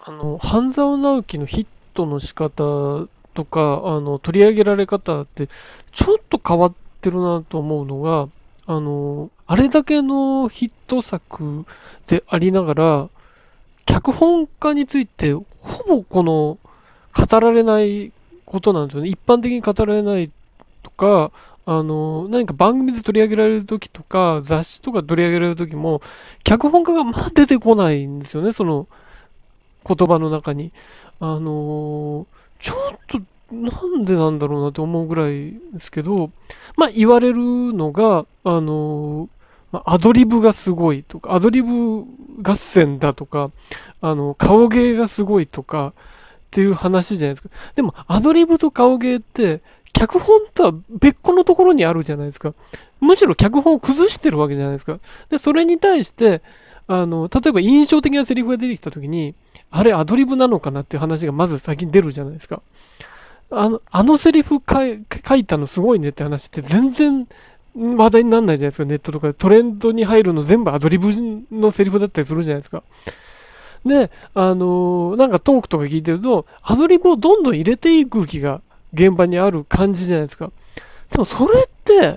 半沢直樹のヒットの仕方とか、取り上げられ方って、ちょっと変わってるなと思うのが、あれだけのヒット作でありながら、脚本家について、ほぼ語られないことなんですよね。一般的に語られないとか、何か番組で取り上げられる時とか、雑誌とか取り上げられる時も、脚本家がまあ出てこないんですよね、その言葉の中に。ちょっと、なんでなんだろうなって思うぐらいですけど、まあ言われるのが、まあアドリブがすごいとか、アドリブ合戦だとか、顔芸がすごいとか、っていう話じゃないですか。でも、アドリブと顔芸って、脚本とは別個のところにあるじゃないですか。むしろ脚本を崩してるわけじゃないですか。で、それに対して、例えば印象的なセリフが出てきたときに、あれアドリブなのかなっていう話がまず先に出るじゃないですか。あのセリフ書いたのすごいねって話って全然話題にならないじゃないですか。ネットとかでトレンドに入るの全部アドリブのセリフだったりするじゃないですか。で、なんかトークとか聞いてると、アドリブをどんどん入れていく気が現場にある感じじゃないですか。でもそれって、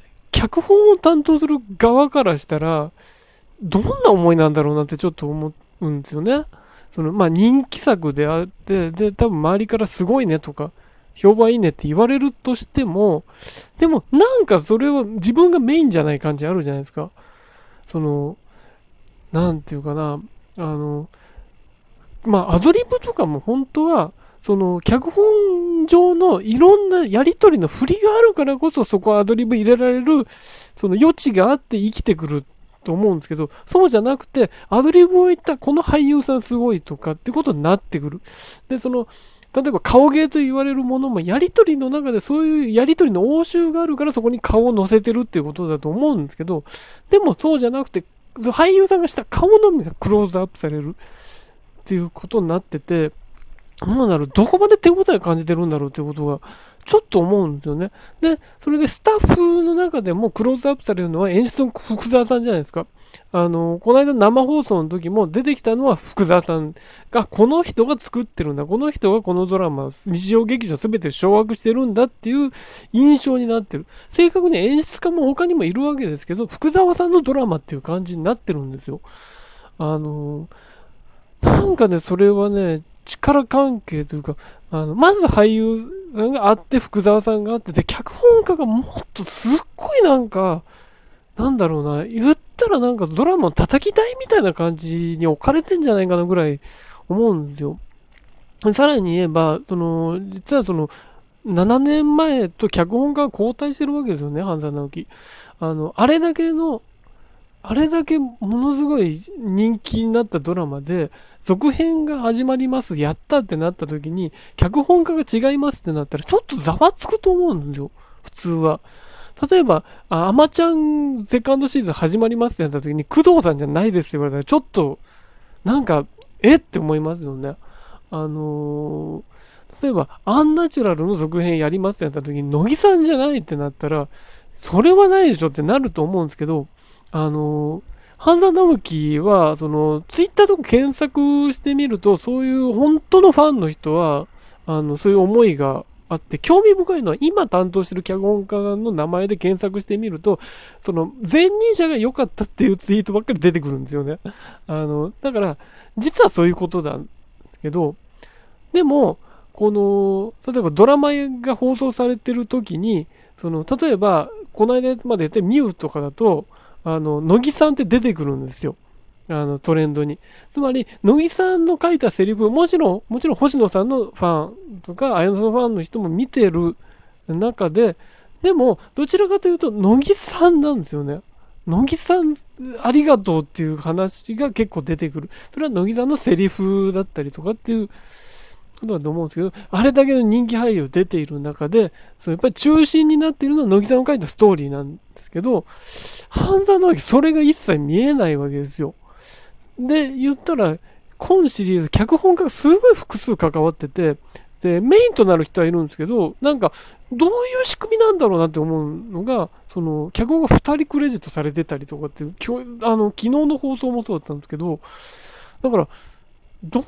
脚本を担当する側からしたら、どんな思いなんだろうなってちょっと思うんですよね。まあ人気作であって、で、多分周りからすごいねとか、評判いいねって言われるとしても、でもなんかそれは自分がメインじゃない感じあるじゃないですか。その、なんていうかな、あの、まあアドリブとかも本当は、脚本上のいろんなやりとりの振りがあるからこそそこはアドリブ入れられる、その余地があって生きてくると思うんですけど、そうじゃなくて、アドリブを言ったこの俳優さんすごいとかってことになってくる。で、例えば顔芸と言われるものもやりとりの中でそういうやりとりの応酬があるからそこに顔を乗せてるっていうことだと思うんですけど、でもそうじゃなくて、俳優さんがした顔のみがクローズアップされるっていうことになってて、なんだろう、どこまで手応え感じてるんだろうっていうことが、ちょっと思うんですよね。で、それでスタッフの中でもクローズアップされるのは演出の福沢さんじゃないですか。この間生放送の時も出てきたのは福沢さんが、この人が作ってるんだ。この人がこのドラマ、日常劇場すべて掌握してるんだっていう印象になってる。正確に演出家も他にもいるわけですけど、福沢さんのドラマっていう感じになってるんですよ。あのなんかね、それはね、力関係というか、まず俳優さんがあって、福沢さんがあって、で、脚本家がもっとすっごいなんか、なんだろうな、言ったらなんかドラマの叩き台みたいな感じに置かれてんじゃないかなぐらい思うんですよ。さらに言えば、実は7年前と脚本家が交代してるわけですよね、半沢直樹。あれだけのあれだけものすごい人気になったドラマで、続編が始まります、やったってなった時に、脚本家が違いますってなったら、ちょっとざわつくと思うんですよ、普通は。例えば、アマちゃんセカンドシーズン始まりますってなった時に、工藤さんじゃないですって言われたら、ちょっと、なんか、えって思いますよね。例えば、アンナチュラルの続編やりますってなった時に、乃木さんじゃないってなったら、それはないでしょってなると思うんですけど、半田直樹は、ツイッターとか検索してみると、そういう本当のファンの人は、そういう思いがあって、興味深いのは、今担当してる脚本家の名前で検索してみると、前任者が良かったっていうツイートばっかり出てくるんですよね。だから、実はそういうことなんですけど、でも、例えばドラマが放送されてる時に、例えば、この間までやってミュウとかだと、乃木さんって出てくるんですよ。トレンドに。つまり、乃木さんの書いたセリフ、もちろん星野さんのファンとか、綾野さんのファンの人も見てる中で、でも、どちらかというと、乃木さんなんですよね。乃木さん、ありがとうっていう話が結構出てくる。それは乃木さんのセリフだったりとかっていうことだと思うんですけど、あれだけの人気俳優出ている中で、やっぱり中心になっているのは乃木さんの書いたストーリーなんですけど、半沢直樹それが一切見えないわけですよ。で、言ったら、今シリーズ、脚本家がすごい複数関わってて、で、メインとなる人はいるんですけど、なんか、どういう仕組みなんだろうなって思うのが、脚本が2人クレジットされてたりとかっていう、昨日の放送もそうだったんですけど、だから、どういう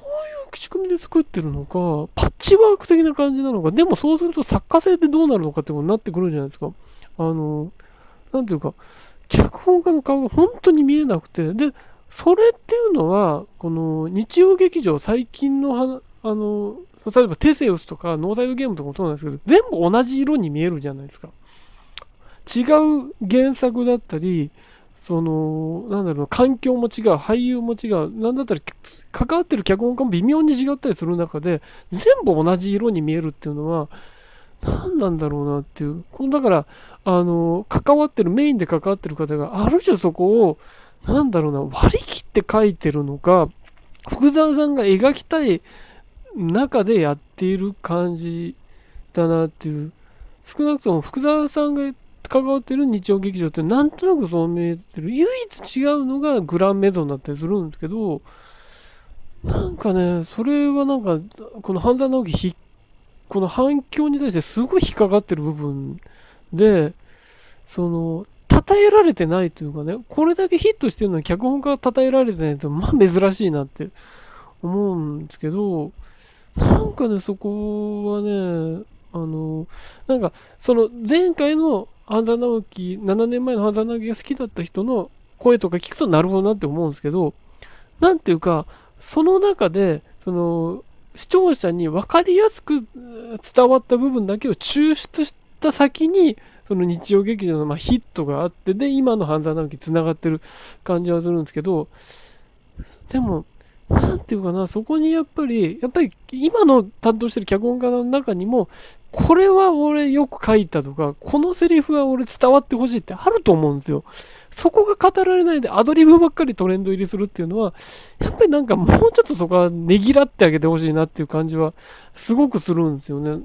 仕組みで作ってるのか、パッチワーク的な感じなのか、でもそうすると作家性ってどうなるのかってことになってくるじゃないですか。なんていうか、脚本家の顔が本当に見えなくて、で、それっていうのは、この日曜劇場、最近の例えばテセウスとかノーサイドゲームとかもそうなんですけど、全部同じ色に見えるじゃないですか。違う原作だったり、なんだろう、環境も違う、俳優も違う、なんだったら関わってる脚本家も微妙に違ったりする中で、全部同じ色に見えるっていうのは、何なんだろうなっていう。だから、関わってる、メインで関わってる方がある種そこを、なんだろうな、割り切って書いてるのか、福沢さんが描きたい中でやっている感じだなっていう。少なくとも福沢さんが関わってる日曜劇場ってなんとなくそう見えてる。唯一違うのがグランメゾンだったりするんですけど、なんかね、それはなんか、この半沢直樹この反響に対してすごい引っかかってる部分で、称えられてないというかね、これだけヒットしてるのに脚本家が称えられてないと、まあ珍しいなって思うんですけど、なんかね、そこはね、なんか、その前回の半沢直樹、7年前の半沢直樹が好きだった人の声とか聞くとなるほどなって思うんですけど、なんていうか、その中で、視聴者に分かりやすく伝わった部分だけを抽出した先に、その日曜劇場のヒットがあって、で、今の半沢直樹繋がってる感じはするんですけど、でも、なんていうかな、そこにやっぱり今の担当してる脚本家の中にも、これは俺よく書いたとか、このセリフは俺伝わってほしいってあると思うんですよ。そこが語られないでアドリブばっかりトレンド入りするっていうのは、やっぱりなんかもうちょっとそこはねぎらってあげてほしいなっていう感じはすごくするんですよね。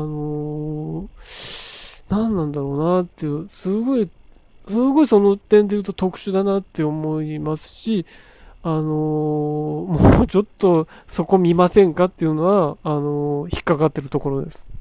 何なんだろうなっていう、すごいその点で言うと特殊だなって思いますし、もうちょっとそこ見ませんかっていうのは、引っかかってるところです。